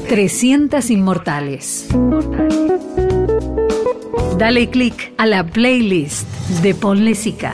300 Inmortales. Dale click a la playlist de Ponle Sica.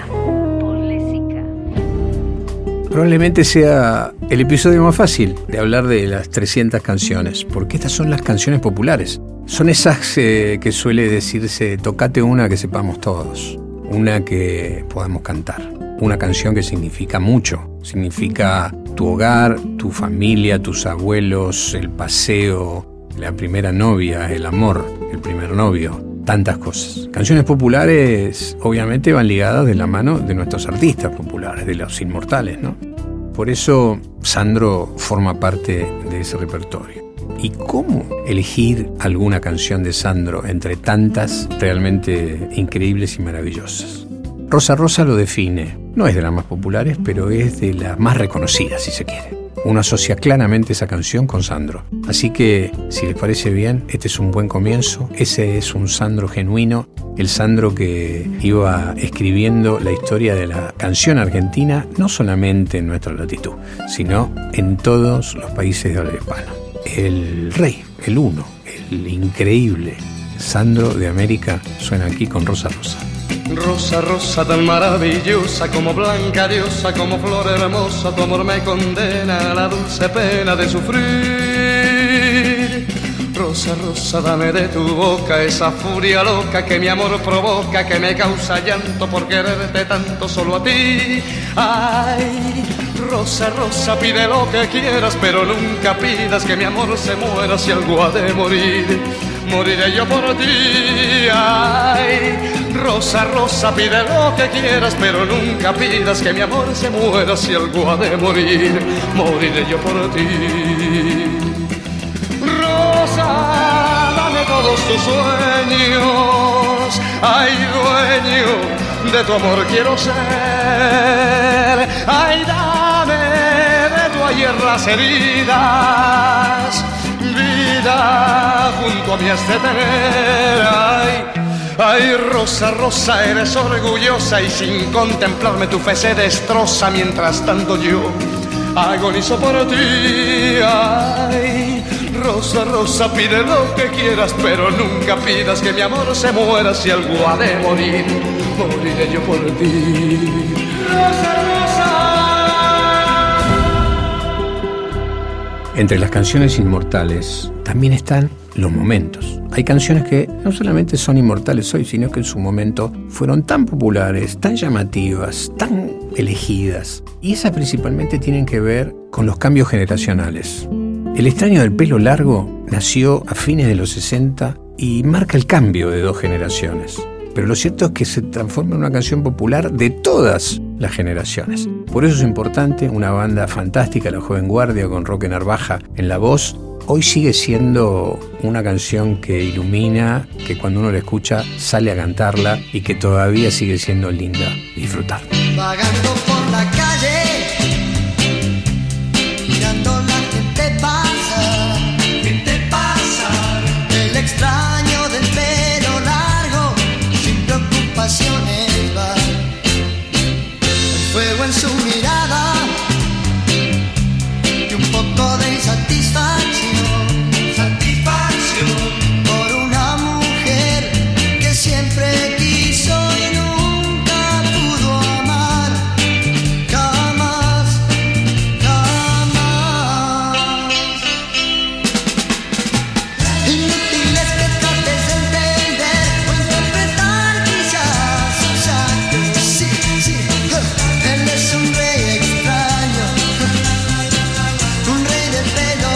Probablemente sea el episodio más fácil de hablar de las 300 canciones, porque estas son las canciones populares. Son esas que suele decirse, tocate una que sepamos todos, una que podamos cantar. Una canción que significa mucho, significa tu hogar, tu familia, tus abuelos, el paseo, la primera novia, el amor, el primer novio, tantas cosas. Canciones populares obviamente van ligadas de la mano de nuestros artistas populares, de los inmortales, ¿no? Por eso Sandro forma parte de ese repertorio. ¿Y cómo elegir alguna canción de Sandro entre tantas realmente increíbles y maravillosas? Rosa Rosa lo define. No es de las más populares, pero es de las más reconocidas, si se quiere. Uno asocia claramente esa canción con Sandro. Así que, si les parece bien, este es un buen comienzo. Ese es un Sandro genuino, el Sandro que iba escribiendo la historia de la canción argentina, no solamente en nuestra latitud, sino en todos los países de habla hispana. El rey, el uno, el increíble Sandro de América suena aquí con Rosa Rosa. Rosa, rosa tan maravillosa, como blanca diosa, como flor hermosa, tu amor me condena a la dulce pena de sufrir. Rosa, rosa, dame de tu boca esa furia loca que mi amor provoca, que me causa llanto por quererte tanto solo a ti. Ay, Rosa, rosa, pide lo que quieras, pero nunca pidas que mi amor se muera si algo ha de morir. Moriré yo por ti. Ay, Rosa, rosa, pide lo que quieras, pero nunca pidas que mi amor se muera si algo ha de morir. Moriré yo por ti. Rosa, dame todos tus sueños. Ay, dueño de tu amor quiero ser. Ay, dame de tu ayer las heridas. Vida junto a mí has de tener. Ay, ay, Rosa, rosa, eres orgullosa y sin contemplarme tu fe se destroza. Mientras tanto yo agonizo por ti. Ay, Rosa, rosa, pide lo que quieras, pero nunca pidas que mi amor se muera si algo ha de morir. Moriré yo por ti. Rosa, rosa. Entre las canciones inmortales también están los momentos. Hay canciones que no solamente son inmortales hoy, sino que en su momento fueron tan populares, tan llamativas, tan elegidas. Y esas principalmente tienen que ver con los cambios generacionales. El extraño del pelo largo nació a fines de los 60 y marca el cambio de dos generaciones. Pero lo cierto es que se transforma en una canción popular de todas las generaciones. Por eso es importante, una banda fantástica, La Joven Guardia, con Roque Narvaja en la voz, hoy sigue siendo una canción que ilumina, que cuando uno la escucha sale a cantarla y que todavía sigue siendo linda disfrutar. Vagando por la calle, mirando la gente pasar. Gente pasar. El extraño del pelo largo, sin preocupaciones va. El fuego en su mirada y un poco de insatisfacción. Satisfacción por una mujer que siempre quiso y nunca pudo amar. Jamás, jamás. Inútil es que trates de entender o interpretar quizás sus actos. Sí, sí, él es un rey extraño, un rey de pelo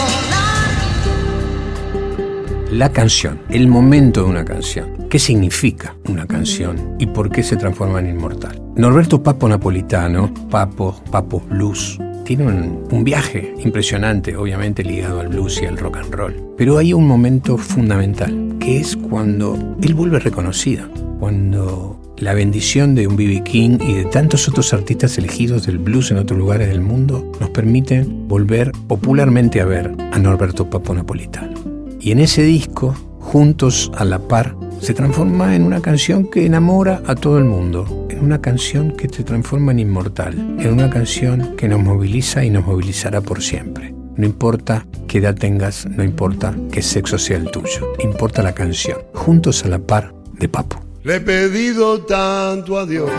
largo. La canción, el momento de una canción. ¿Qué significa una canción y por qué se transforma en inmortal? Norberto Papo Napolitano, Papo Blues, tiene un viaje impresionante, obviamente ligado al blues y al rock and roll. Pero hay un momento fundamental, que es cuando él vuelve reconocido, cuando la bendición de un B.B. King y de tantos otros artistas elegidos del blues en otros lugares del mundo nos permiten volver popularmente a ver a Norberto Papo Napolitano. Y en ese disco, Juntos a la Par, se transforma en una canción que enamora a todo el mundo, en una canción que se transforma en inmortal, en una canción que nos moviliza y nos movilizará por siempre. No importa qué edad tengas, no importa qué sexo sea el tuyo. Importa la canción. Juntos a la par de Papo. Le he pedido tanto a Dios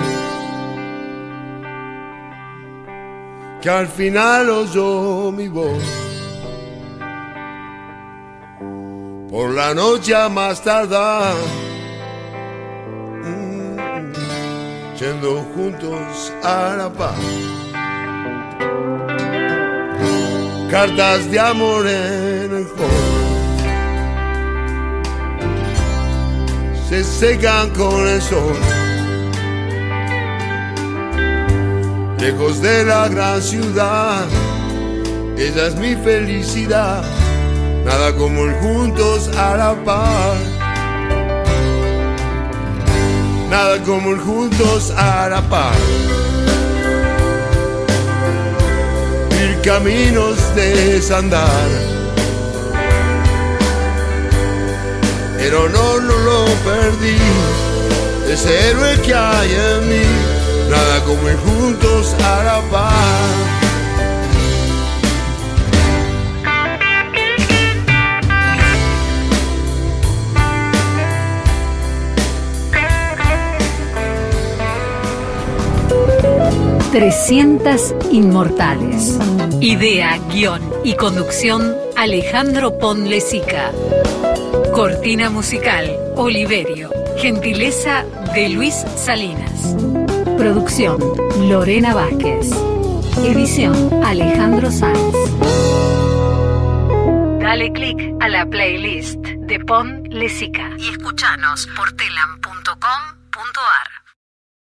que al final oyó mi voz. Por la noche a más tardar, yendo juntos a la paz. Cartas de amor en el hall se secan con el sol. Lejos de la gran ciudad, ella es mi felicidad. Nada como el juntos a la par. Nada como el juntos a la par. Mil caminos desandar, pero no lo perdí. Ese héroe que hay en mí. Nada como el juntos a la par. 300 inmortales. Idea, guión y conducción, Alejandro Ponlecica. Cortina musical, Oliverio. Gentileza de Luis Salinas. Producción, Lorena Vázquez. Edición, Alejandro Sanz. Dale click a la playlist de Ponlecica y escuchanos por telam.com.ar.